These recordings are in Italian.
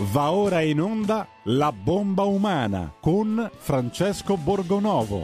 Va ora in onda La bomba umana con Francesco Borgonovo.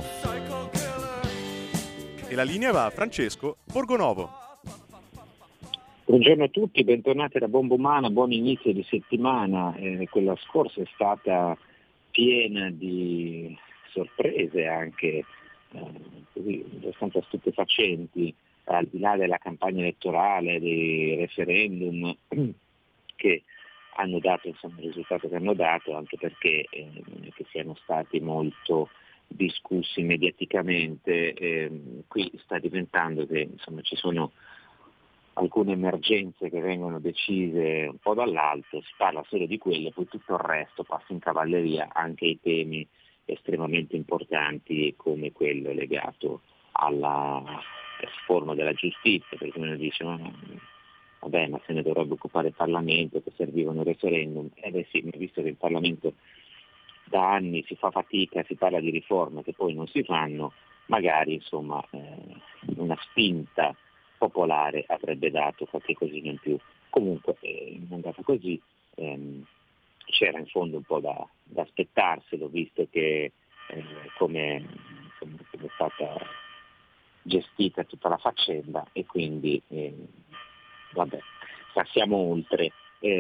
E la linea va a Francesco Borgonovo. Buongiorno a tutti, bentornati alla Bomba Umana, buon inizio di settimana. Quella scorsa è stata piena di sorprese anche così abbastanza stupefacenti, al di là della campagna elettorale, dei referendum che hanno dato il risultato che hanno dato, anche perché non è che siano stati molto discussi mediaticamente. Qui sta diventando che ci sono alcune emergenze che vengono decise un po' dall'alto, si parla solo di quelle, poi tutto il resto passa in cavalleria, anche i temi estremamente importanti come quello legato alla riforma della giustizia, perché uno dice vabbè, ma se ne dovrebbe occupare il Parlamento, che servivano i referendum. Sì, ma visto che il Parlamento da anni si fa fatica, si parla di riforme che poi non si fanno, magari una spinta popolare avrebbe dato qualche cosina in più. Comunque è andata così, c'era in fondo un po' da aspettarselo, visto che come è stata gestita tutta la faccenda, e quindi vabbè, passiamo oltre,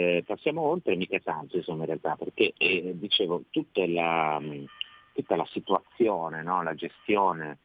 mica tanto in realtà, perché dicevo, tutta la situazione, no? La gestione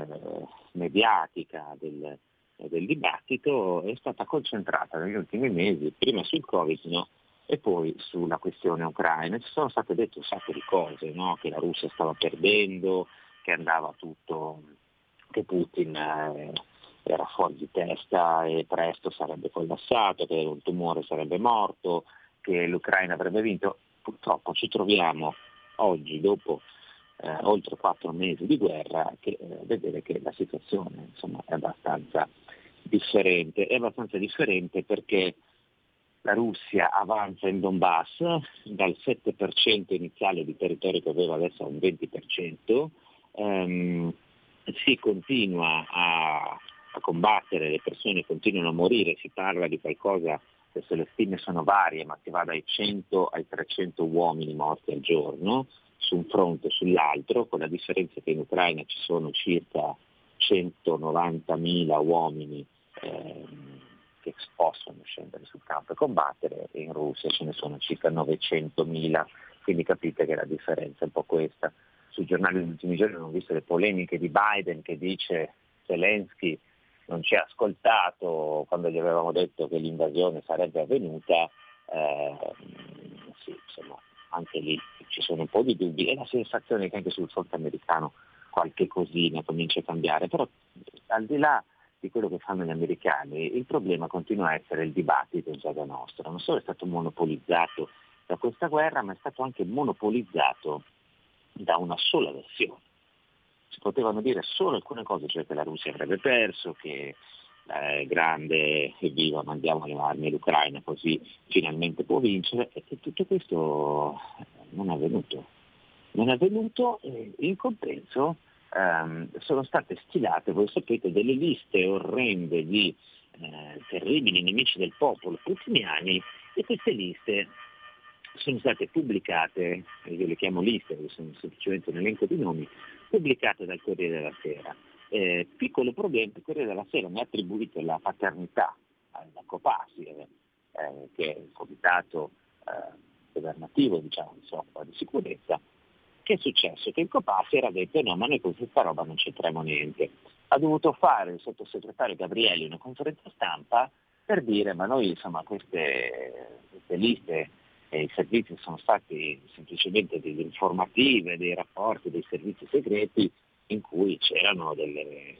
mediatica del dibattito è stata concentrata negli ultimi mesi, prima sul Covid, no? E poi sulla questione ucraina. Ci sono state dette un sacco di cose, no? Che la Russia stava perdendo, che andava tutto, che Putin era fuori di testa e presto sarebbe collassato, che un tumore sarebbe morto, che l'Ucraina avrebbe vinto. Purtroppo ci troviamo oggi, dopo oltre 4 mesi di guerra, che vedere che la situazione è abbastanza differente. È abbastanza differente perché la Russia avanza in Donbass dal 7% iniziale di territorio che aveva adesso a un 20%, si continua a combattere, le persone continuano a morire, si parla di qualcosa, adesso le stime sono varie, ma si va dai 100 ai 300 uomini morti al giorno su un fronte o sull'altro, con la differenza che in Ucraina ci sono circa 190.000 uomini che possono scendere sul campo e combattere, e in Russia ce ne sono circa 900.000, quindi capite che la differenza è un po' questa. Sui giornali negli ultimi giorni ho visto le polemiche di Biden che dice Zelensky non ci ha ascoltato quando gli avevamo detto che l'invasione sarebbe avvenuta. Sì, anche lì ci sono un po' di dubbi, e la sensazione che anche sul fronte americano qualche cosina comincia a cambiare, però al di là di quello che fanno gli americani, il problema continua a essere il dibattito in casa nostra. Non solo è stato monopolizzato da questa guerra, ma è stato anche monopolizzato da una sola versione. Si potevano dire solo alcune cose, cioè che la Russia avrebbe perso, che è grande, evviva, mandiamo le armi all'Ucraina così finalmente può vincere, e tutto questo non è avvenuto. Non è avvenuto, e in compenso sono state stilate, voi sapete, delle liste orrende di terribili nemici del popolo negli ultimi anni, e queste liste sono state pubblicate, io le chiamo liste perché sono semplicemente un elenco di nomi, pubblicate dal Corriere della Sera. Piccolo problema, il Corriere della Sera mi ha attribuito la paternità alla Copassi, che è il comitato governativo, che si occupa di sicurezza. Che è successo? Che il Copassi era detto no, ma noi con questa roba non c'entriamo niente. Ha dovuto fare il sottosegretario Gabrielli una conferenza stampa per dire ma noi queste liste e i servizi sono stati semplicemente delle informative, dei rapporti dei servizi segreti in cui c'erano delle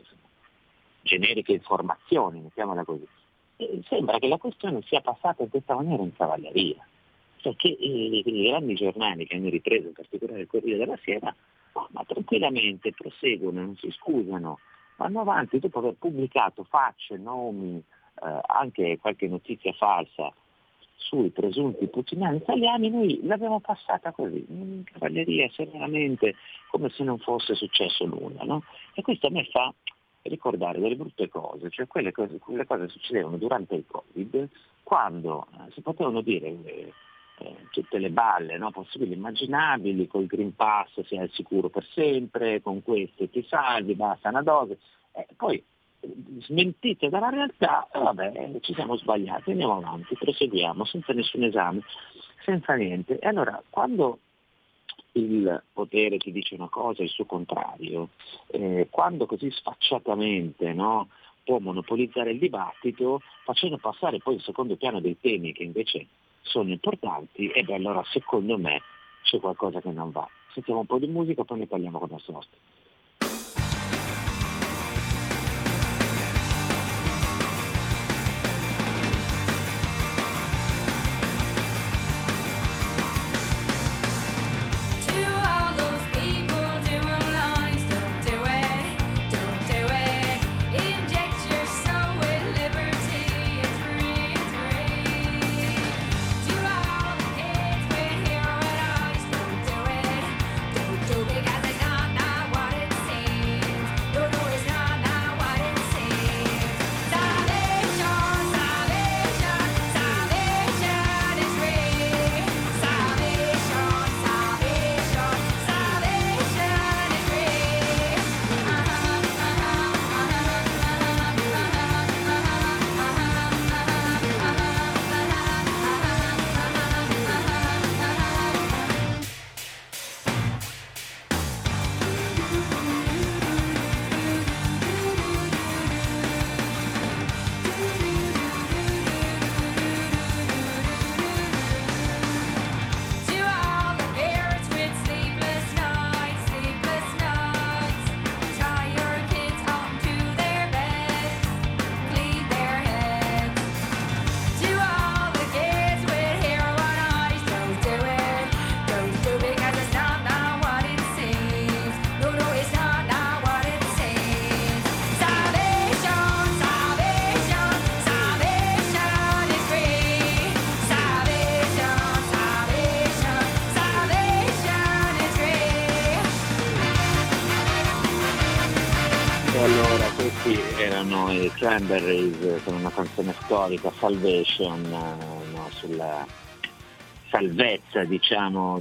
generiche informazioni, mettiamola così. E sembra che la questione sia passata in questa maniera in cavalleria. Cioè che i grandi giornali che hanno ripreso, in particolare il Corriere della Sera, ma tranquillamente proseguono, non si scusano, vanno avanti dopo aver pubblicato facce, nomi, anche qualche notizia falsa sui presunti putiniani italiani. Noi l'abbiamo passata così, in cavalleria, serenamente, come se non fosse successo nulla, no? E questo a me fa ricordare delle brutte cose, cioè quelle cose succedevano durante il Covid, quando si potevano dire tutte le balle, no, possibili e immaginabili, col Green Pass sei al sicuro per sempre, con questo ti salvi, basta una dose, poi smentite dalla realtà, vabbè, ci siamo sbagliati, andiamo avanti, proseguiamo senza nessun esame, senza niente. E allora quando il potere ti dice una cosa e il suo contrario, quando così sfacciatamente, no, può monopolizzare il dibattito, facendo passare poi in secondo piano dei temi che invece sono importanti, e beh, allora secondo me c'è qualcosa che non va. Sentiamo un po' di musica, poi ne parliamo con il nostro ospite. Erano i Cranberries con una canzone storica, Salvation, no, sulla salvezza, diciamo,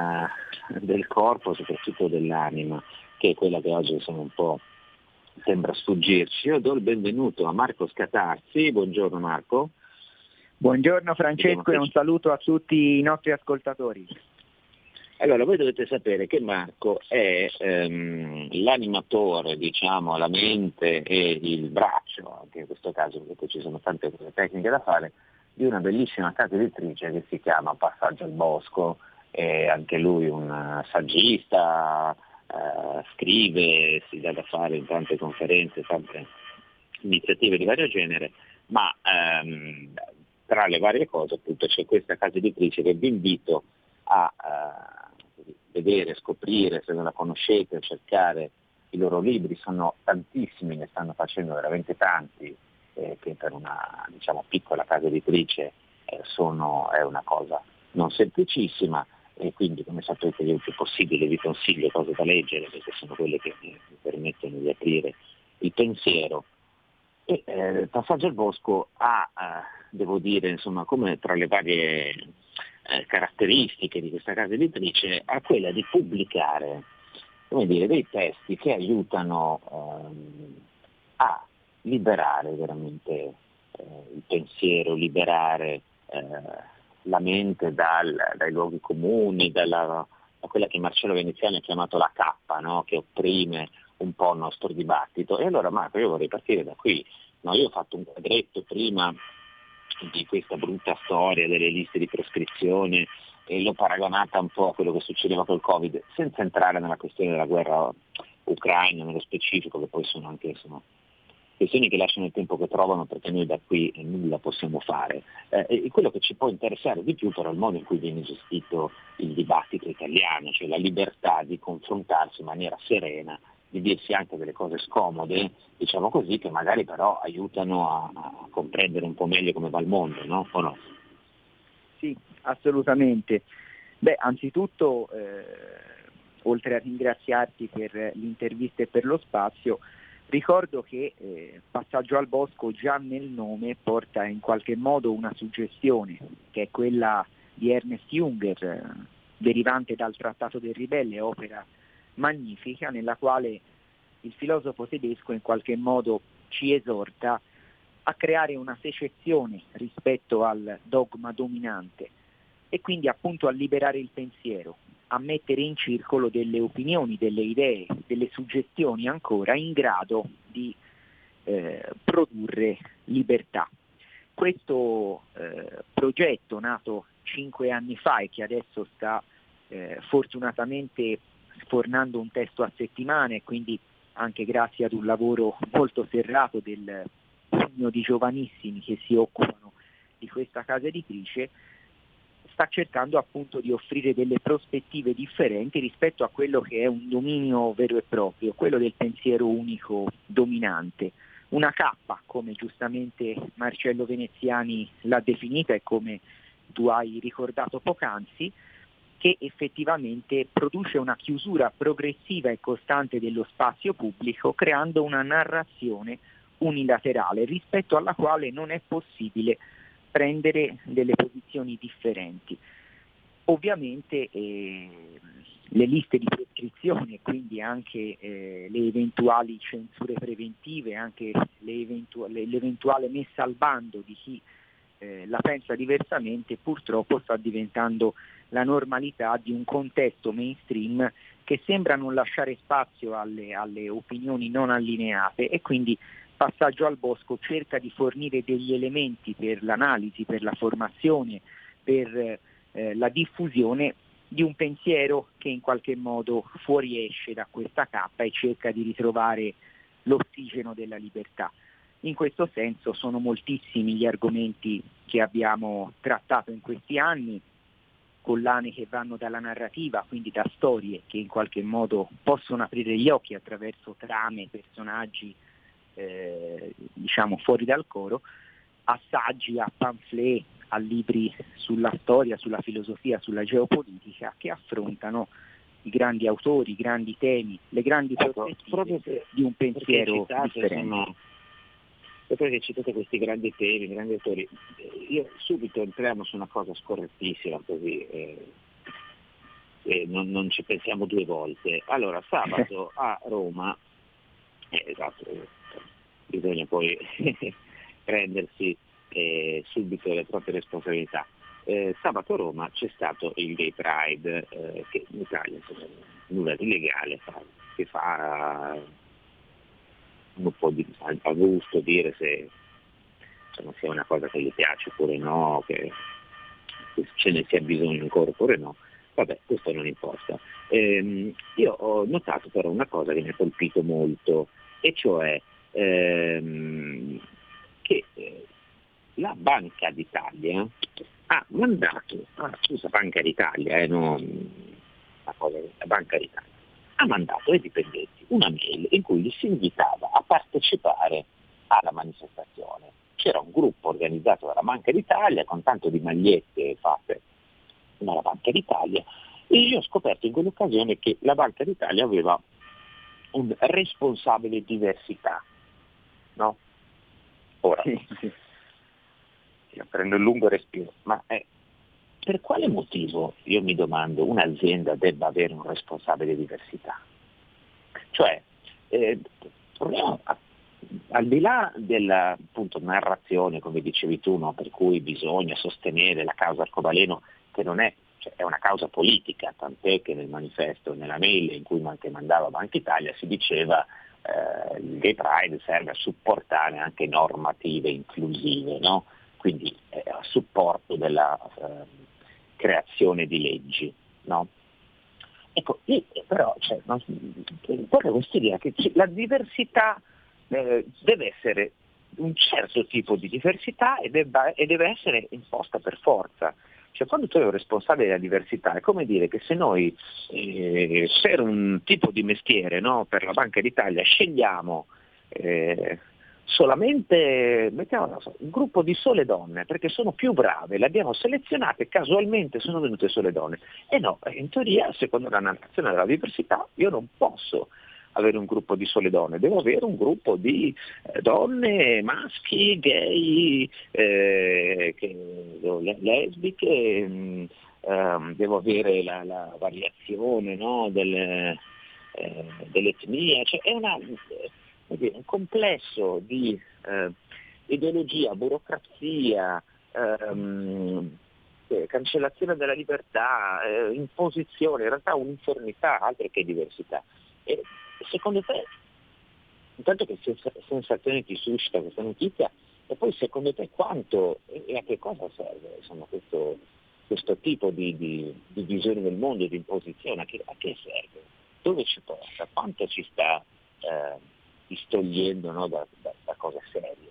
del corpo, soprattutto dell'anima, che è quella che oggi insomma un po' sembra sfuggirci. Io do il benvenuto a Marco Scatarzi. Buongiorno Marco. Buongiorno Francesco e un saluto a tutti i nostri ascoltatori. Allora, voi dovete sapere che Marco è l'animatore, diciamo, la mente e il braccio, anche in questo caso perché ci sono tante cose tecniche da fare, di una bellissima casa editrice che si chiama Passaggio al Bosco, è anche lui un saggista, scrive, si dà da fare in tante conferenze, tante iniziative di vario genere, ma tra le varie cose appunto c'è questa casa editrice che vi invito a vedere, scoprire, se non la conoscete, cercare i loro libri, sono tantissimi, ne stanno facendo veramente tanti, che per una, diciamo, piccola casa editrice è una cosa non semplicissima, e quindi, come sapete, io il più possibile vi consiglio cose da leggere, perché sono quelle che mi permettono di aprire il pensiero. E Passaggio al Bosco ha, devo dire, insomma, come tra le varie caratteristiche di questa casa editrice, ha quella di pubblicare, come dire, dei testi che aiutano a liberare veramente il pensiero, liberare la mente dai luoghi comuni, da quella che Marcello Veneziani ha chiamato la cappa, no? Che opprime un po' il nostro dibattito. E allora Marco, io vorrei partire da qui. No, io ho fatto un quadretto prima di questa brutta storia delle liste di prescrizione e l'ho paragonata un po' a quello che succedeva col Covid, senza entrare nella questione della guerra ucraina nello specifico, che poi sono anche questioni che lasciano il tempo che trovano, perché noi da qui nulla possiamo fare. E quello che ci può interessare di più però è il modo in cui viene gestito il dibattito italiano, cioè la libertà di confrontarsi in maniera serena, di dirsi anche delle cose scomode, diciamo così, che magari però aiutano a comprendere un po' meglio come va il mondo, no? O no? Sì, assolutamente. Beh, anzitutto, oltre a ringraziarti per l'intervista e per lo spazio, ricordo che Passaggio al Bosco già nel nome porta in qualche modo una suggestione, che è quella di Ernest Junger, derivante dal Trattato del Ribelle, opera magnifica nella quale il filosofo tedesco in qualche modo ci esorta a creare una secessione rispetto al dogma dominante e quindi appunto a liberare il pensiero, a mettere in circolo delle opinioni, delle idee, delle suggestioni ancora in grado di produrre libertà. Questo progetto nato 5 anni fa e che adesso sta fortunatamente sfornando un testo a settimana e quindi anche grazie ad un lavoro molto serrato del pugno di giovanissimi che si occupano di questa casa editrice, sta cercando appunto di offrire delle prospettive differenti rispetto a quello che è un dominio vero e proprio, quello del pensiero unico dominante. Una cappa, come giustamente Marcello Veneziani l'ha definita e come tu hai ricordato poc'anzi, che effettivamente produce una chiusura progressiva e costante dello spazio pubblico, creando una narrazione unilaterale rispetto alla quale non è possibile prendere delle posizioni differenti. Ovviamente le liste di prescrizione, quindi anche le eventuali censure preventive, anche l'eventuale messa al bando di chi la pensa diversamente, purtroppo sta diventando la normalità di un contesto mainstream che sembra non lasciare spazio alle opinioni non allineate e quindi Passaggio al Bosco cerca di fornire degli elementi per l'analisi, per la formazione, per la diffusione di un pensiero che in qualche modo fuoriesce da questa cappa e cerca di ritrovare l'ossigeno della libertà. In questo senso sono moltissimi gli argomenti che abbiamo trattato in questi anni, collane che vanno dalla narrativa, quindi da storie che in qualche modo possono aprire gli occhi attraverso trame, personaggi diciamo fuori dal coro, a saggi, a pamphlet, a libri sulla storia, sulla filosofia, sulla geopolitica che affrontano i grandi autori, i grandi temi, le grandi prospettive di un pensiero differente. Dopo che citate questi grandi temi, grandi autori, io subito entriamo su una cosa scorrettissima così non ci pensiamo due volte. Allora, sabato a Roma, esatto, bisogna poi prendersi subito le proprie responsabilità. Sabato a Roma c'è stato il Gay Pride, che in Italia insomma, nulla di illegale, che fa un po' a gusto dire se insomma, sia una cosa che gli piace oppure no, che ce ne sia bisogno ancora oppure no. Vabbè, questo non importa. Io ho notato però una cosa che mi ha colpito molto, e cioè che la Banca d'Italia ha mandato, Banca d'Italia, la Banca d'Italia ha mandato ai dipendenti una mail in cui li si invitava a partecipare alla manifestazione. C'era un gruppo organizzato dalla Banca d'Italia con tanto di magliette fatte dalla Banca d'Italia e io ho scoperto in quell'occasione che la Banca d'Italia aveva un responsabile diversità, no? Ora, io prendo il lungo respiro, ma per quale motivo, io mi domando, un'azienda debba avere un responsabile diversità? Cioè, al di là della appunto, narrazione, come dicevi tu, no, per cui bisogna sostenere la causa arcobaleno, che non è, cioè, è una causa politica, tant'è che nel manifesto, nella mail in cui anche mandava Banca Italia, si diceva il Gay Pride serve a supportare anche normative inclusive, no? Quindi a supporto della creazione di leggi, no? Ecco, però proprio questa idea che la diversità deve essere un certo tipo di diversità e deve essere imposta per forza. Cioè quando tu hai un responsabile della diversità è come dire che se noi per un tipo di mestiere, no, per la Banca d'Italia scegliamo solamente un gruppo di sole donne perché sono più brave, le abbiamo selezionate, casualmente sono venute sole donne. E no, in teoria, secondo la narrazione della diversità, io non posso avere un gruppo di sole donne, devo avere un gruppo di donne, maschi, gay, lesbiche, devo avere la variazione, no, dell'etnia, cioè è un complesso di ideologia, burocrazia, cancellazione della libertà, imposizione, in realtà uniformità, altro che diversità. E secondo te, intanto che sensazione ti suscita questa notizia, e poi secondo te quanto e a che cosa serve insomma, questo tipo di visione del mondo, di imposizione, a che serve? Dove ci porta? Quanto ci sta distogliendo, no, da cose serie?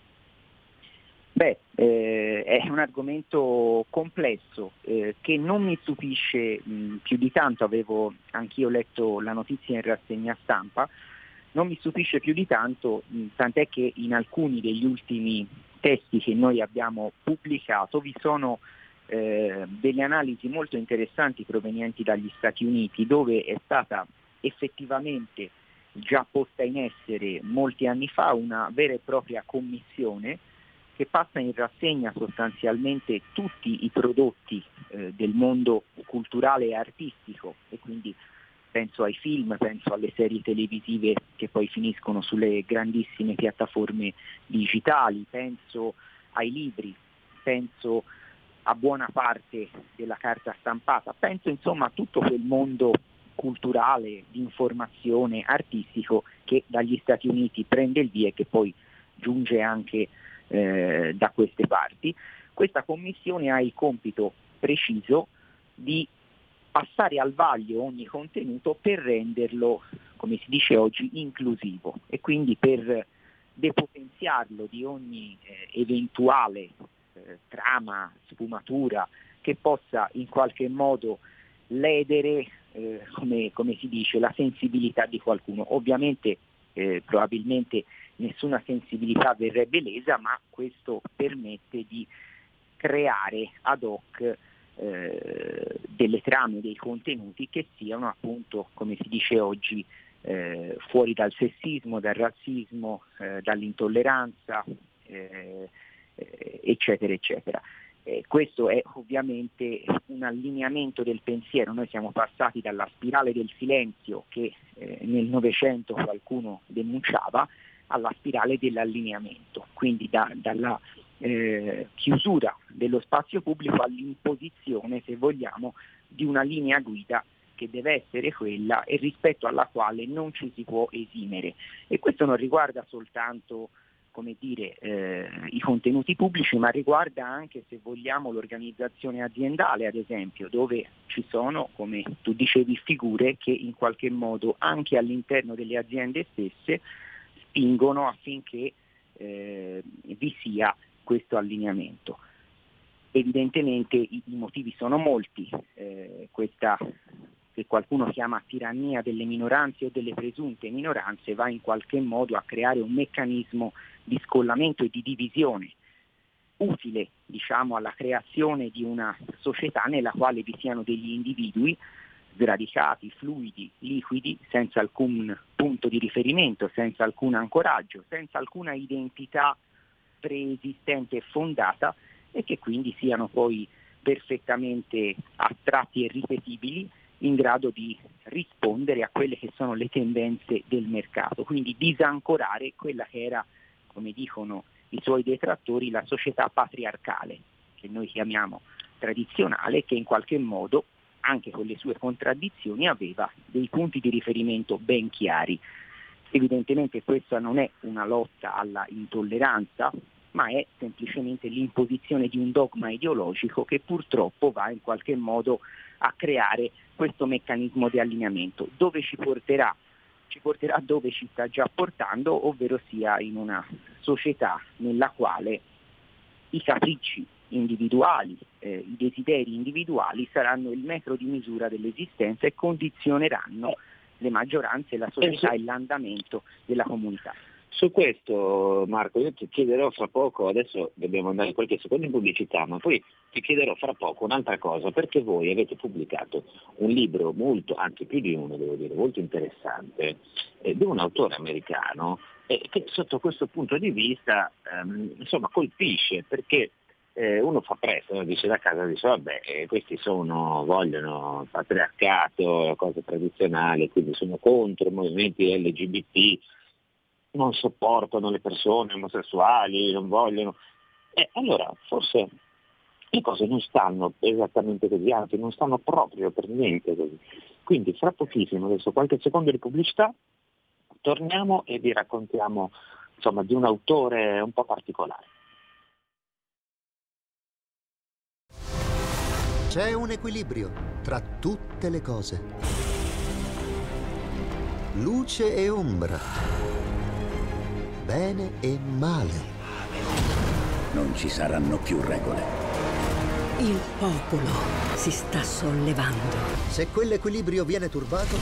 È un argomento complesso che non mi stupisce più di tanto. Avevo anch'io letto la notizia in rassegna stampa, non mi stupisce più di tanto, tant'è che in alcuni degli ultimi testi che noi abbiamo pubblicato vi sono delle analisi molto interessanti provenienti dagli Stati Uniti, dove è stata effettivamente già posta in essere molti anni fa una vera e propria commissione che passa in rassegna sostanzialmente tutti i prodotti del mondo culturale e artistico, e quindi penso ai film, penso alle serie televisive che poi finiscono sulle grandissime piattaforme digitali, penso ai libri, penso a buona parte della carta stampata, penso insomma a tutto quel mondo culturale, di informazione, artistico che dagli Stati Uniti prende il via e che poi giunge anche da queste parti. Questa commissione ha il compito preciso di passare al vaglio ogni contenuto per renderlo, come si dice oggi, inclusivo, e quindi per depotenziarlo di ogni eventuale trama, sfumatura che possa in qualche modo ledere, come si dice, la sensibilità di qualcuno. Ovviamente probabilmente nessuna sensibilità verrebbe lesa, ma questo permette di creare ad hoc delle trame, dei contenuti che siano appunto, come si dice oggi, fuori dal sessismo, dal razzismo, dall'intolleranza, eccetera, eccetera. Questo è ovviamente un allineamento del pensiero. Noi siamo passati dalla spirale del silenzio che nel Novecento qualcuno denunciava alla spirale dell'allineamento, quindi dalla chiusura dello spazio pubblico all'imposizione, se vogliamo, di una linea guida che deve essere quella e rispetto alla quale non ci si può esimere. E questo non riguarda soltanto, come dire, i contenuti pubblici, ma riguarda anche, se vogliamo, l'organizzazione aziendale, ad esempio, dove ci sono, come tu dicevi, figure che in qualche modo anche all'interno delle aziende stesse spingono affinché vi sia questo allineamento. Evidentemente i motivi sono molti, questa che qualcuno chiama tirannia delle minoranze o delle presunte minoranze va in qualche modo a creare un meccanismo di scollamento e di divisione utile, diciamo, alla creazione di una società nella quale vi siano degli individui sradicati, fluidi, liquidi, senza alcun punto di riferimento, senza alcun ancoraggio, senza alcuna identità preesistente e fondata, e che quindi siano poi perfettamente astratti e ripetibili, in grado di rispondere a quelle che sono le tendenze del mercato, quindi disancorare quella che era, come dicono i suoi detrattori, la società patriarcale, che noi chiamiamo tradizionale, che in qualche modo, anche con le sue contraddizioni, aveva dei punti di riferimento ben chiari. Evidentemente questa non è una lotta alla intolleranza, ma è semplicemente l'imposizione di un dogma ideologico che purtroppo va in qualche modo a creare questo meccanismo di allineamento. Dove ci porterà? Ci porterà dove ci sta già portando, ovvero sia in una società nella quale i capricci individuali, i desideri individuali saranno il metro di misura dell'esistenza e condizioneranno le maggioranze, la società e l'andamento della comunità. Su questo, Marco, io ti chiederò fra poco, adesso dobbiamo andare qualche secondo in pubblicità, ma poi ti chiederò fra poco un'altra cosa, perché voi avete pubblicato un libro molto, anzi più di uno devo dire, molto interessante, di un autore americano che sotto questo punto di vista insomma colpisce, perché uno fa presto, no? Dice da casa, dice vabbè, questi vogliono il patriarcato, cose tradizionali, quindi sono contro i movimenti LGBT, non sopportano le persone omosessuali, non vogliono. Allora forse le cose non stanno esattamente così, anzi non stanno proprio per niente così. Quindi fra pochissimo, adesso qualche secondo di pubblicità, torniamo e vi raccontiamo insomma di un autore un po' particolare. C'è un equilibrio tra tutte le cose. Luce e ombra. Bene e male. Non ci saranno più regole. Il popolo si sta sollevando. Se quell'equilibrio viene turbato,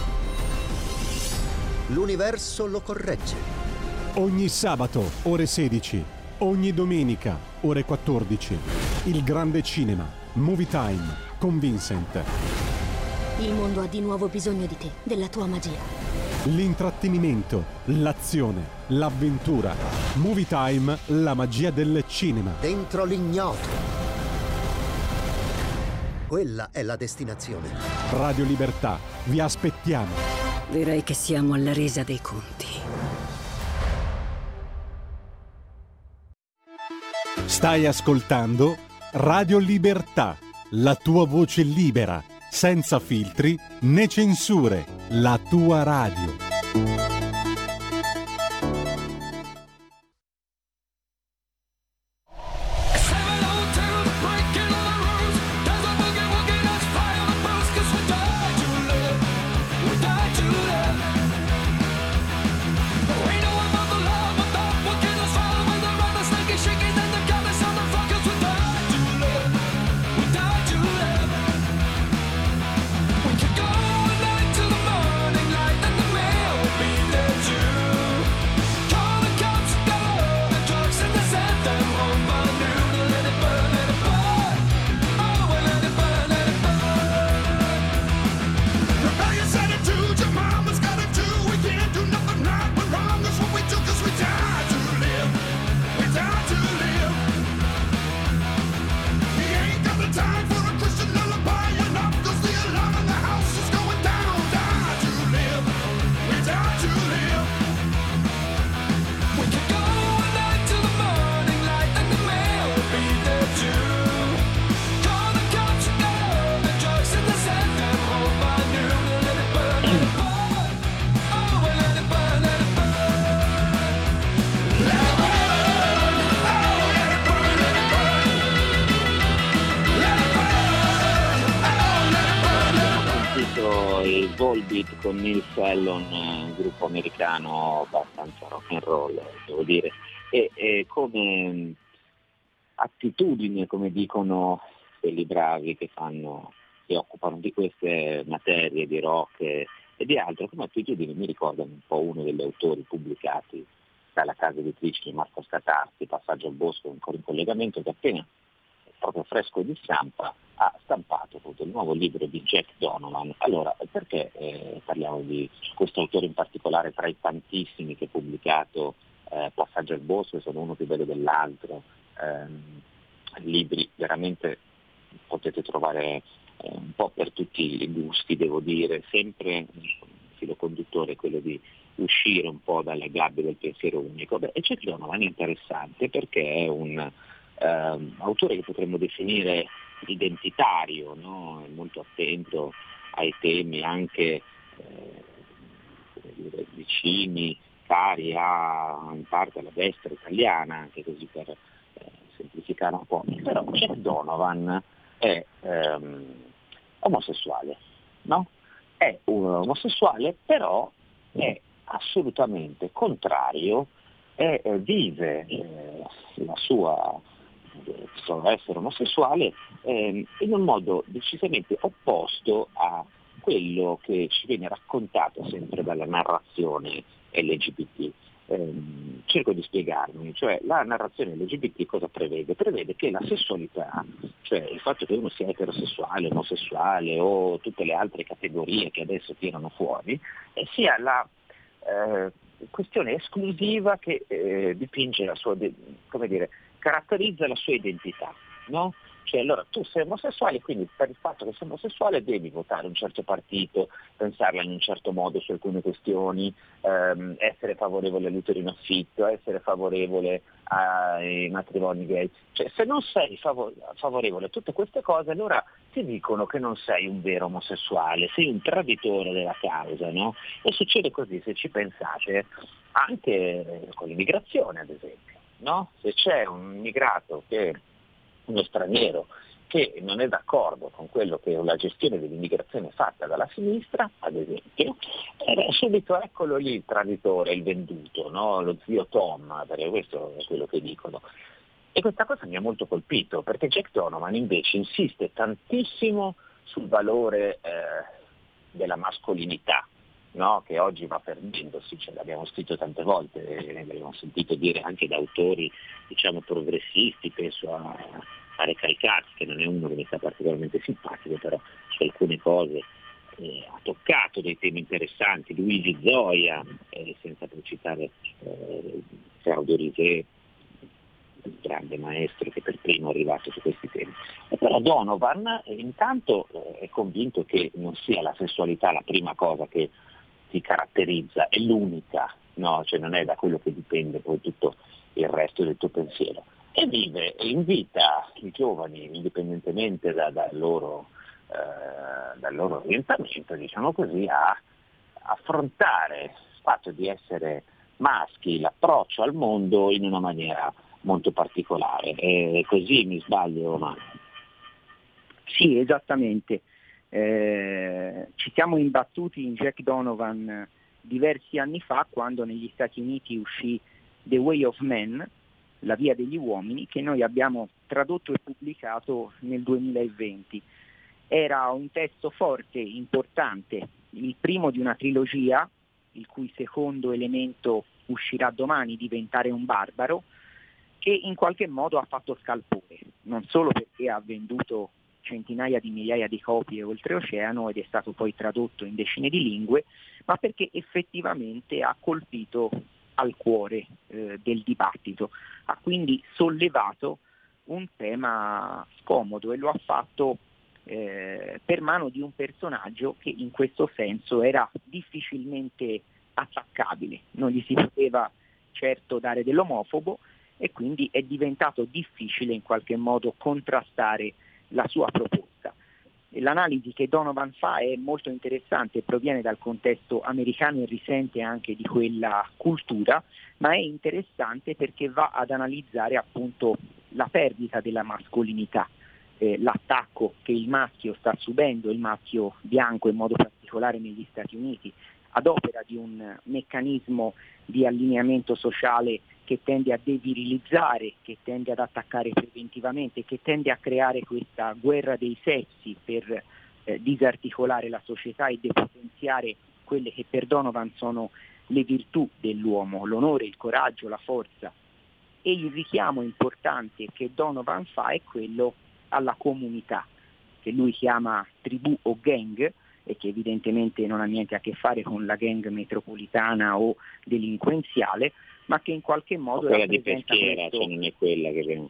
l'universo lo corregge. Ogni sabato, ore 16. Ogni domenica, ore 14. Il grande cinema, Movie Time, con Vincent. Il mondo ha di nuovo bisogno di te, della tua magia. L'intrattenimento, l'azione, l'avventura. Movie Time, la magia del cinema. Dentro l'ignoto. Quella è la destinazione. Radio Libertà, vi aspettiamo. Direi che siamo alla resa dei conti. Stai ascoltando Radio Libertà, la tua voce libera, senza filtri né censure, la tua radio. Volbeat con Neil Fallon, un gruppo americano abbastanza rock and roll, devo dire, e come attitudine, come dicono quelli bravi che si occupano di queste materie di rock e di altro, come attitudine mi ricordano un po' uno degli autori pubblicati dalla casa editrice di Marco Scatarsi, Passaggio al Bosco, ancora in collegamento, che appena proprio fresco di stampa ha stampato appunto il nuovo libro di Jack Donovan. Allora, perché parliamo di questo autore in particolare tra i tantissimi che ha pubblicato Passaggio al Bosco, sono uno più bello dell'altro, libri veramente potete trovare un po' per tutti i gusti, devo dire, sempre il filo conduttore è quello di uscire un po' dalle gabbie del pensiero unico. E Jack Donovan è interessante perché è un autore che potremmo definire identitario, no? È molto attento ai temi anche vicini, cari in parte alla destra italiana, anche così per semplificare un po'. Però Jack Donovan è omosessuale, no? È un omosessuale, però è assolutamente contrario e vive la sua essere omosessuale in un modo decisamente opposto a quello che ci viene raccontato sempre dalla narrazione LGBT. cerco di spiegarmi, cioè la narrazione LGBT cosa prevede? Prevede che la sessualità, cioè il fatto che uno sia eterosessuale, omosessuale o tutte le altre categorie che adesso tirano fuori, sia la questione esclusiva che dipinge la sua, caratterizza la sua identità, no? Cioè allora tu sei omosessuale, quindi per il fatto che sei omosessuale devi votare un certo partito, pensarla in un certo modo su alcune questioni, essere favorevole all'utero in affitto, essere favorevole ai matrimoni gay. Cioè se non sei favorevole a tutte queste cose, allora ti dicono che non sei un vero omosessuale, sei un traditore della causa, no? E succede così, se ci pensate, anche con l'immigrazione ad esempio, no? Se c'è un immigrato uno straniero che non è d'accordo con quello che è la gestione dell'immigrazione fatta dalla sinistra, ad esempio, subito eccolo lì il traditore, il venduto, no? Lo zio Tom, perché questo è quello che dicono. E questa cosa mi ha molto colpito, perché Jack Donovan invece insiste tantissimo sul valore della mascolinità, no? Che oggi va perdendosi, ce l'abbiamo scritto tante volte, l'abbiamo sentito dire anche da autori progressisti, penso a Recalcati, che non è uno che mi sta particolarmente simpatico, però su alcune cose ha toccato dei temi interessanti, Luigi Zoia, senza poi citare Claudio Risè, il grande maestro che per primo è arrivato su questi temi. E però Donovan intanto è convinto che non sia la sessualità la prima cosa che ti caratterizza, è l'unica, no? Cioè non è da quello che dipende poi tutto il resto del tuo pensiero. E invita i giovani, indipendentemente dal loro orientamento, diciamo così, a affrontare il fatto di essere maschi, l'approccio al mondo in una maniera molto particolare. E così mi sbaglio, ma... Sì, esattamente. Ci siamo imbattuti in Jack Donovan diversi anni fa, quando negli Stati Uniti uscì The Way of Men, La via degli uomini, che noi abbiamo tradotto e pubblicato nel 2020. Era un testo forte, importante, il primo di una trilogia, il cui secondo elemento uscirà domani, Diventare un barbaro, che in qualche modo ha fatto scalpore, non solo perché ha venduto centinaia di migliaia di copie oltreoceano ed è stato poi tradotto in decine di lingue, ma perché effettivamente ha colpito al cuore del dibattito, ha quindi sollevato un tema scomodo e lo ha fatto per mano di un personaggio che in questo senso era difficilmente attaccabile, non gli si poteva certo dare dell'omofobo e quindi è diventato difficile in qualche modo contrastare la sua proposta. L'analisi che Donovan fa è molto interessante, proviene dal contesto americano e risente anche di quella cultura, ma è interessante perché va ad analizzare appunto la perdita della mascolinità, l'attacco che il maschio sta subendo, il maschio bianco in modo particolare negli Stati Uniti, ad opera di un meccanismo di allineamento sociale che tende a devirilizzare, che tende ad attaccare preventivamente, che tende a creare questa guerra dei sessi per disarticolare la società e depotenziare quelle che per Donovan sono le virtù dell'uomo, l'onore, il coraggio, la forza. E il richiamo importante che Donovan fa è quello alla comunità, che lui chiama tribù o gang, e che evidentemente non ha niente a che fare con la gang metropolitana o delinquenziale, ma che in qualche modo quella di Peschiera, cioè non è quella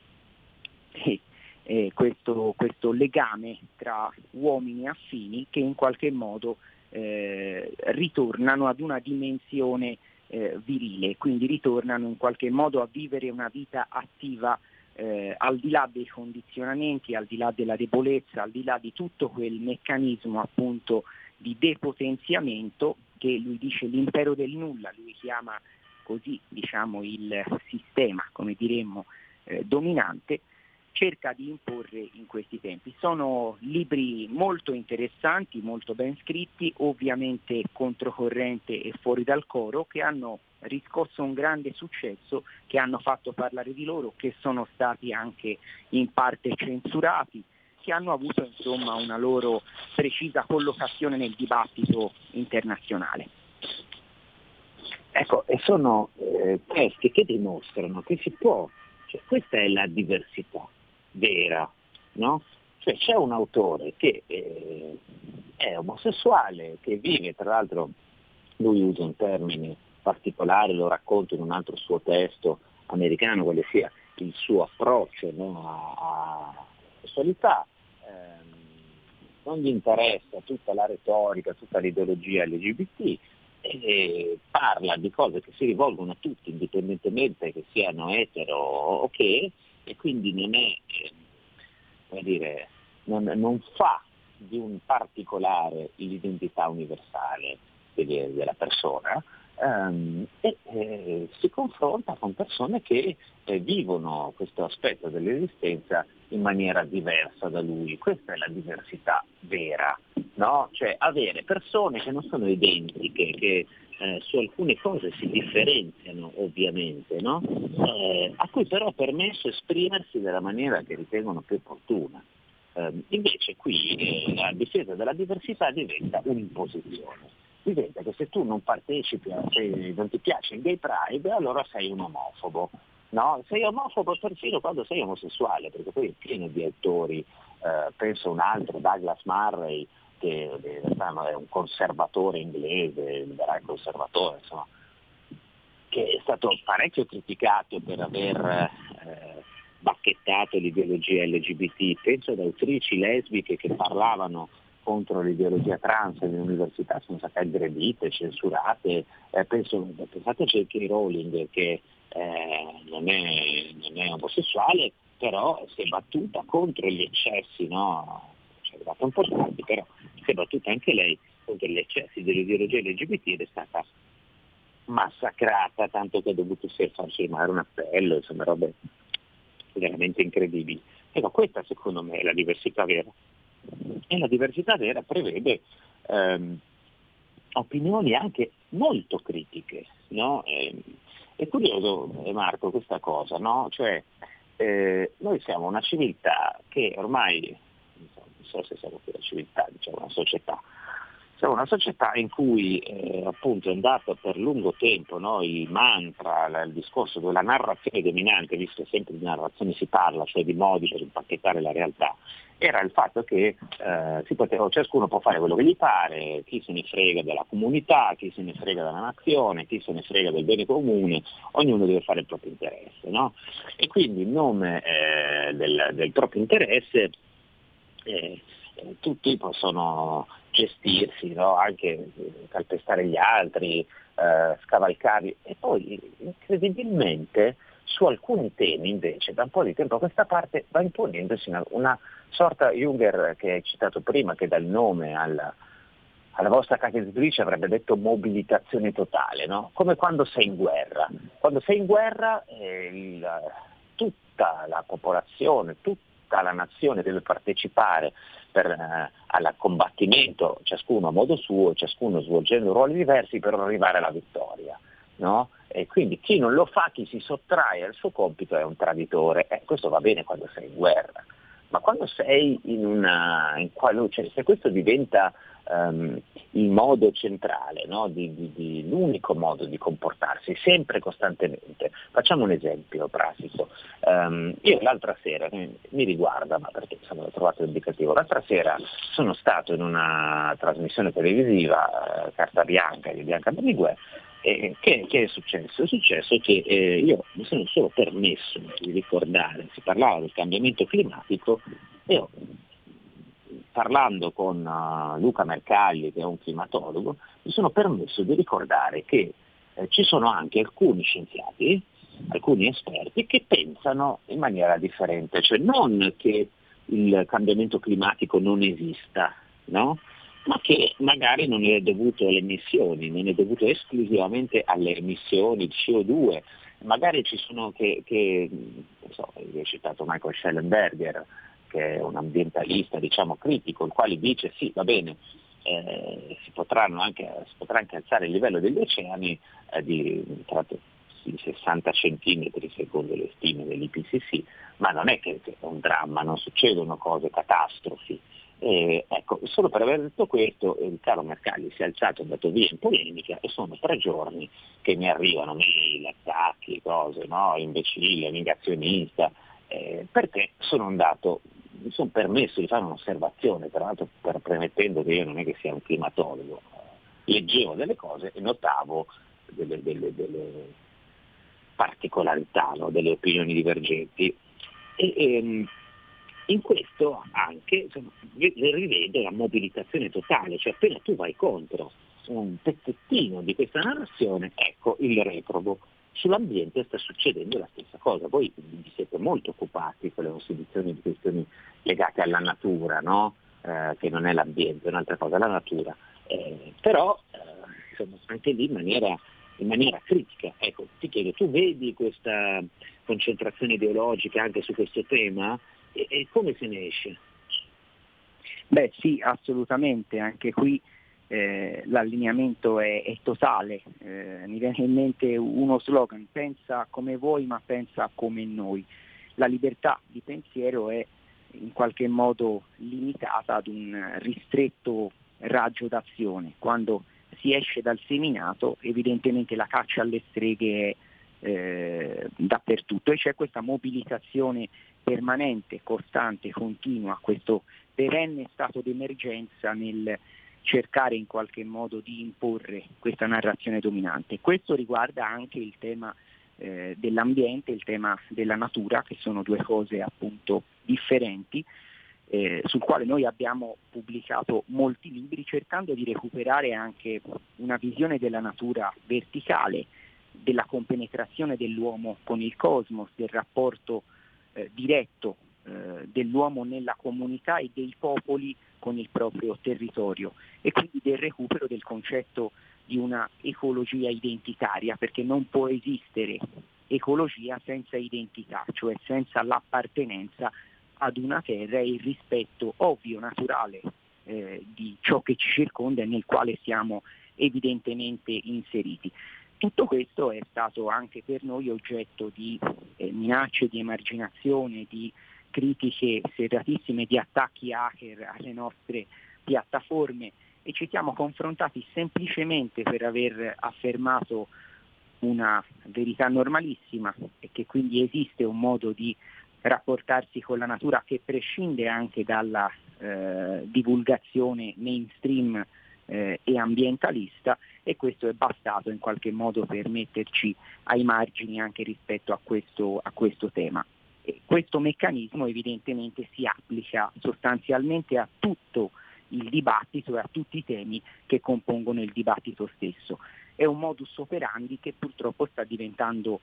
che questo legame tra uomini affini che in qualche modo ritornano ad una dimensione virile, quindi ritornano in qualche modo a vivere una vita attiva al di là dei condizionamenti, al di là della debolezza, al di là di tutto quel meccanismo appunto di depotenziamento che lui dice l'impero del nulla, lui chiama così diciamo il sistema, come diremmo, dominante, cerca di imporre in questi tempi. Sono libri molto interessanti, molto ben scritti, ovviamente controcorrente e fuori dal coro, che hanno riscosso un grande successo, che hanno fatto parlare di loro, che sono stati anche in parte censurati, che hanno avuto insomma una loro precisa collocazione nel dibattito internazionale. Ecco, e sono testi che dimostrano che si può, cioè, questa è la diversità vera, no? Cioè c'è un autore che è omosessuale, che vive, tra l'altro lui usa un termine particolare, lo racconta in un altro suo testo americano, quale sia il suo approccio, no, a sessualità, non gli interessa tutta la retorica, tutta l'ideologia LGBT, e parla di cose che si rivolgono a tutti, indipendentemente che siano etero o che, e quindi non è, come dire, non fa di un particolare l'identità universale della persona, si confronta con persone che vivono questo aspetto dell'esistenza in maniera diversa da lui. Questa è la diversità vera, no? Cioè avere persone che non sono identiche, che su alcune cose si differenziano ovviamente, no? A cui però è permesso esprimersi della maniera che ritengono più opportuna. Invece qui la difesa della diversità diventa un'imposizione. Diventa che se tu non partecipi, se non ti piace il Gay Pride, allora sei un omofobo. No? Sei omofobo persino quando sei omosessuale, perché poi è pieno di autori, penso un altro, Douglas Murray, che è un conservatore inglese, liberale conservatore, insomma, che è stato parecchio criticato per aver bacchettato l'ideologia LGBT. Penso ad autrici lesbiche che parlavano contro l'ideologia trans nelle università, sono state aggredite, censurate. Pensate a J.K. Rowling, che non è omosessuale, però si è battuta contro gli eccessi, no? Ci è arrivata un po' tardi, però si è battuta anche lei contro gli eccessi dell'ideologia LGBT ed è stata massacrata, tanto che ha dovuto far firmare un appello, insomma robe veramente incredibili. Ecco, questa secondo me è la diversità vera. E la diversità vera prevede opinioni anche molto critiche, no? È curioso, Marco, questa cosa, no? Cioè, noi siamo una civiltà che ormai, non so se siamo più una civiltà, diciamo una società, siamo una società in cui appunto è andato per lungo tempo, no? Il mantra, il discorso della narrazione dominante, visto che sempre di narrazione si parla, cioè di modi per impacchettare la realtà, era il fatto che ciascuno può fare quello che gli pare, chi se ne frega della comunità, chi se ne frega della nazione, chi se ne frega del bene comune, ognuno deve fare il proprio interesse, no? E quindi in nome del proprio interesse tutti possono gestirsi, no? Anche calpestare gli altri, scavalcarli, e poi incredibilmente su alcuni temi invece da un po' di tempo a questa parte va imponendosi una sorta, Junger che hai citato prima, che dà il nome alla vostra casa editrice avrebbe detto mobilitazione totale, no? Come quando sei in guerra. Quando sei in guerra tutta la popolazione, tutta la nazione deve partecipare al combattimento, ciascuno a modo suo, ciascuno svolgendo ruoli diversi per arrivare alla vittoria, no? E quindi chi non lo fa, chi si sottrae al suo compito è un traditore. Questo va bene quando sei in guerra, ma quando sei cioè, se questo diventa il modo centrale, no? L'unico modo di comportarsi, sempre costantemente. Facciamo un esempio pratico. Io l'altra sera, mi riguarda, ma perché l'ho trovato indicativo, l'altra sera sono stato in una trasmissione televisiva, Carta Bianca di Bianca Berlinguer. Che è successo? È successo che io mi sono solo permesso di ricordare, si parlava del cambiamento climatico, e io, parlando con Luca Mercalli, che è un climatologo, mi sono permesso di ricordare che ci sono anche alcuni scienziati, alcuni esperti che pensano in maniera differente, cioè non che il cambiamento climatico non esista, no? Ma che magari non è dovuto alle emissioni, non è dovuto esclusivamente alle emissioni di CO2, magari ci sono non so, io ho citato Michael Schellenberger, che è un ambientalista, diciamo, critico, il quale dice sì, va bene, si potrà anche alzare il livello degli oceani di 60 centimetri secondo le stime dell'IPCC, ma non è che è un dramma, non succedono cose, catastrofi. Ecco, solo per aver detto questo, il caro Mercalli si è alzato, è andato via in polemica e sono 3 giorni che mi arrivano mail, attacchi, cose, no? Imbecille, negazionista, perché mi sono permesso di fare un'osservazione, tra l'altro premettendo che io non è che sia un climatologo, leggevo delle cose e notavo delle particolarità, no? Delle opinioni divergenti. In questo anche rivedo la mobilitazione totale, cioè appena tu vai contro un pezzettino di questa narrazione, ecco il reprobo. Sull'ambiente sta succedendo la stessa cosa. Voi vi siete molto occupati con le esibizioni di questioni legate alla natura, no? Che non è l'ambiente, è un'altra cosa, la natura. Però insomma, anche lì in maniera critica. Ecco, ti chiedo, tu vedi questa concentrazione ideologica anche su questo tema? E come se ne esce? Beh sì, assolutamente, anche qui l'allineamento è totale, mi viene in mente uno slogan: pensa come vuoi ma pensa come noi. La libertà di pensiero è in qualche modo limitata ad un ristretto raggio d'azione. Quando si esce dal seminato evidentemente la caccia alle streghe è dappertutto e c'è questa mobilitazione permanente, costante, continua, questo perenne stato d'emergenza nel cercare in qualche modo di imporre questa narrazione dominante. Questo riguarda anche il tema dell'ambiente, il tema della natura, che sono 2 cose appunto differenti, sul quale noi abbiamo pubblicato molti libri cercando di recuperare anche una visione della natura verticale, della compenetrazione dell'uomo con il cosmos, del rapporto diretto dell'uomo nella comunità e dei popoli con il proprio territorio, e quindi del recupero del concetto di una ecologia identitaria, perché non può esistere ecologia senza identità, cioè senza l'appartenenza ad una terra e il rispetto ovvio, naturale di ciò che ci circonda e nel quale siamo evidentemente inseriti. Tutto questo è stato anche per noi oggetto di minacce, di emarginazione, di critiche serratissime, di attacchi hacker alle nostre piattaforme, e ci siamo confrontati semplicemente per aver affermato una verità normalissima e che quindi esiste un modo di rapportarsi con la natura che prescinde anche dalla divulgazione mainstream e ambientalista, e questo è bastato in qualche modo per metterci ai margini anche rispetto a questo tema. E questo meccanismo evidentemente si applica sostanzialmente a tutto il dibattito e a tutti i temi che compongono il dibattito stesso. È un modus operandi che purtroppo sta diventando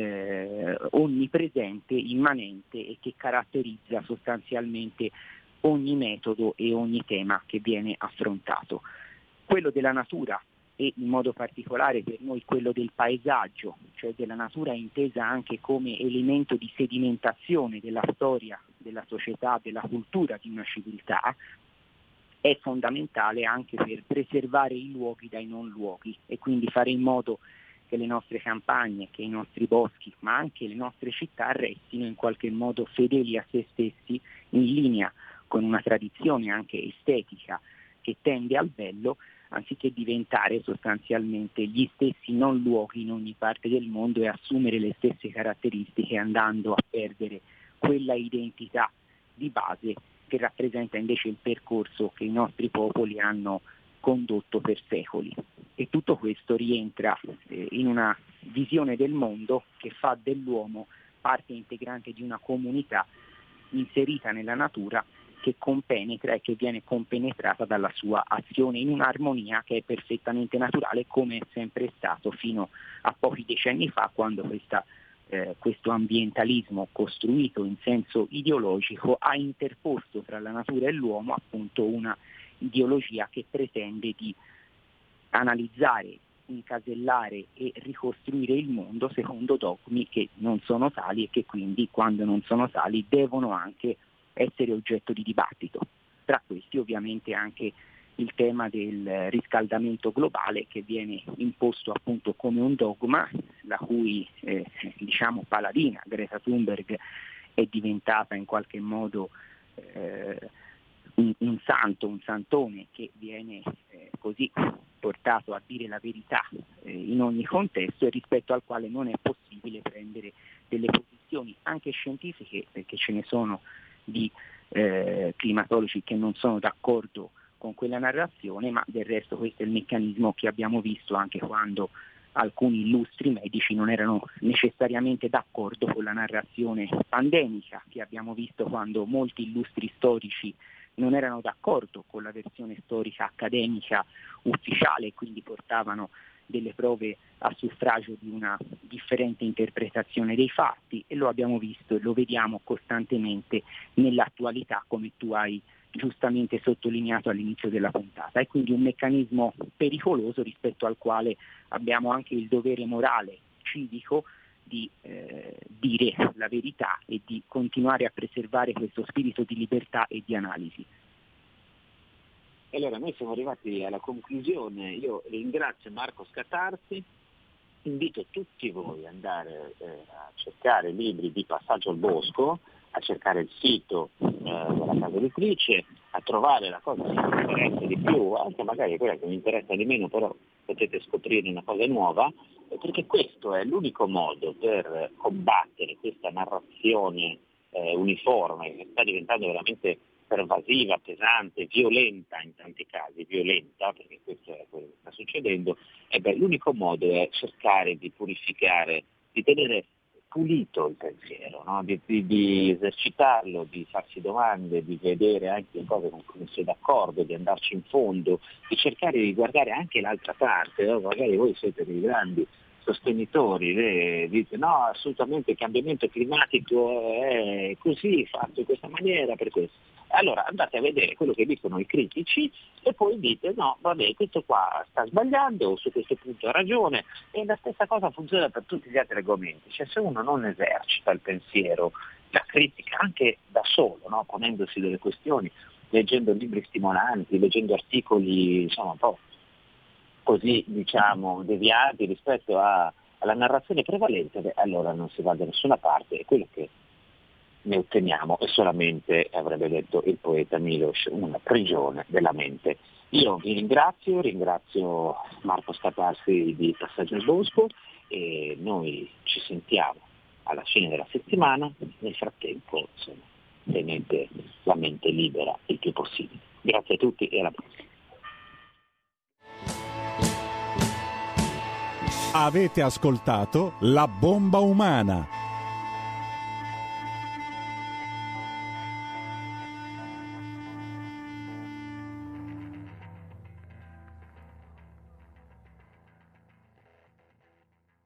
onnipresente, immanente, e che caratterizza sostanzialmente ogni metodo e ogni tema che viene affrontato. Quello della natura e in modo particolare per noi quello del paesaggio, cioè della natura intesa anche come elemento di sedimentazione della storia, della società, della cultura di una civiltà, è fondamentale anche per preservare i luoghi dai non luoghi e quindi fare in modo che le nostre campagne, che i nostri boschi, ma anche le nostre città restino in qualche modo fedeli a se stessi, in linea con una tradizione anche estetica che tende al bello, anziché diventare sostanzialmente gli stessi non luoghi in ogni parte del mondo e assumere le stesse caratteristiche, andando a perdere quella identità di base che rappresenta invece il percorso che i nostri popoli hanno condotto per secoli. E tutto questo rientra in una visione del mondo che fa dell'uomo parte integrante di una comunità inserita nella natura, che compenetra e che viene compenetrata dalla sua azione in un'armonia che è perfettamente naturale, come è sempre stato fino a pochi decenni fa, quando questo ambientalismo costruito in senso ideologico ha interposto tra la natura e l'uomo appunto una ideologia che pretende di analizzare, incasellare e ricostruire il mondo secondo dogmi che non sono tali e che quindi, quando non sono tali, devono anche essere oggetto di dibattito. Tra questi ovviamente anche il tema del riscaldamento globale, che viene imposto appunto come un dogma, la cui paladina Greta Thunberg è diventata in qualche modo un santo, un santone che viene così portato a dire la verità in ogni contesto, e rispetto al quale non è possibile prendere delle posizioni anche scientifiche, perché ce ne sono di climatologi che non sono d'accordo con quella narrazione, ma del resto questo è il meccanismo che abbiamo visto anche quando alcuni illustri medici non erano necessariamente d'accordo con la narrazione pandemica, che abbiamo visto quando molti illustri storici non erano d'accordo con la versione storica accademica ufficiale e quindi portavano delle prove a suffragio di una differente interpretazione dei fatti, e lo abbiamo visto e lo vediamo costantemente nell'attualità, come tu hai giustamente sottolineato all'inizio della puntata. È quindi un meccanismo pericoloso rispetto al quale abbiamo anche il dovere morale, civico, di dire la verità e di continuare a preservare questo spirito di libertà e di analisi. Allora, noi siamo arrivati alla conclusione. Io ringrazio Marco Scatarsi, invito tutti voi ad andare a cercare libri di Passaggio al Bosco, a cercare il sito della casa editrice, a trovare la cosa che vi interessa di più, anche magari quella che vi interessa di meno, però potete scoprire una cosa nuova, perché questo è l'unico modo per combattere questa narrazione uniforme che sta diventando veramente pervasiva, pesante, violenta in tanti casi, violenta, perché questo è quello che sta succedendo. L'unico modo è cercare di purificare, di tenere pulito il pensiero, no? di esercitarlo, di farsi domande, di vedere anche le cose con cui non si è d'accordo, di andarci in fondo, di cercare di guardare anche l'altra parte, no? Magari voi siete dei grandi sostenitori, dite no, assolutamente il cambiamento climatico è così, fatto in questa maniera, per questo. Allora andate a vedere quello che dicono i critici e poi dite no, vabbè, questo qua sta sbagliando o su questo punto ha ragione, e la stessa cosa funziona per tutti gli altri argomenti. Cioè, se uno non esercita il pensiero, la critica anche da solo, no? Ponendosi delle questioni, leggendo libri stimolanti, leggendo articoli insomma un po' così deviati rispetto alla narrazione prevalente, allora non si va da nessuna parte, e quello che ne otteniamo è solamente, avrebbe detto il poeta Miloš, una prigione della mente. Io vi ringrazio Marco Scatarsi di Passaggio al Bosco, e noi ci sentiamo alla fine della settimana. Nel frattempo, insomma, tenete la mente libera il più possibile. Grazie a tutti e alla prossima. Avete ascoltato La Bomba Umana,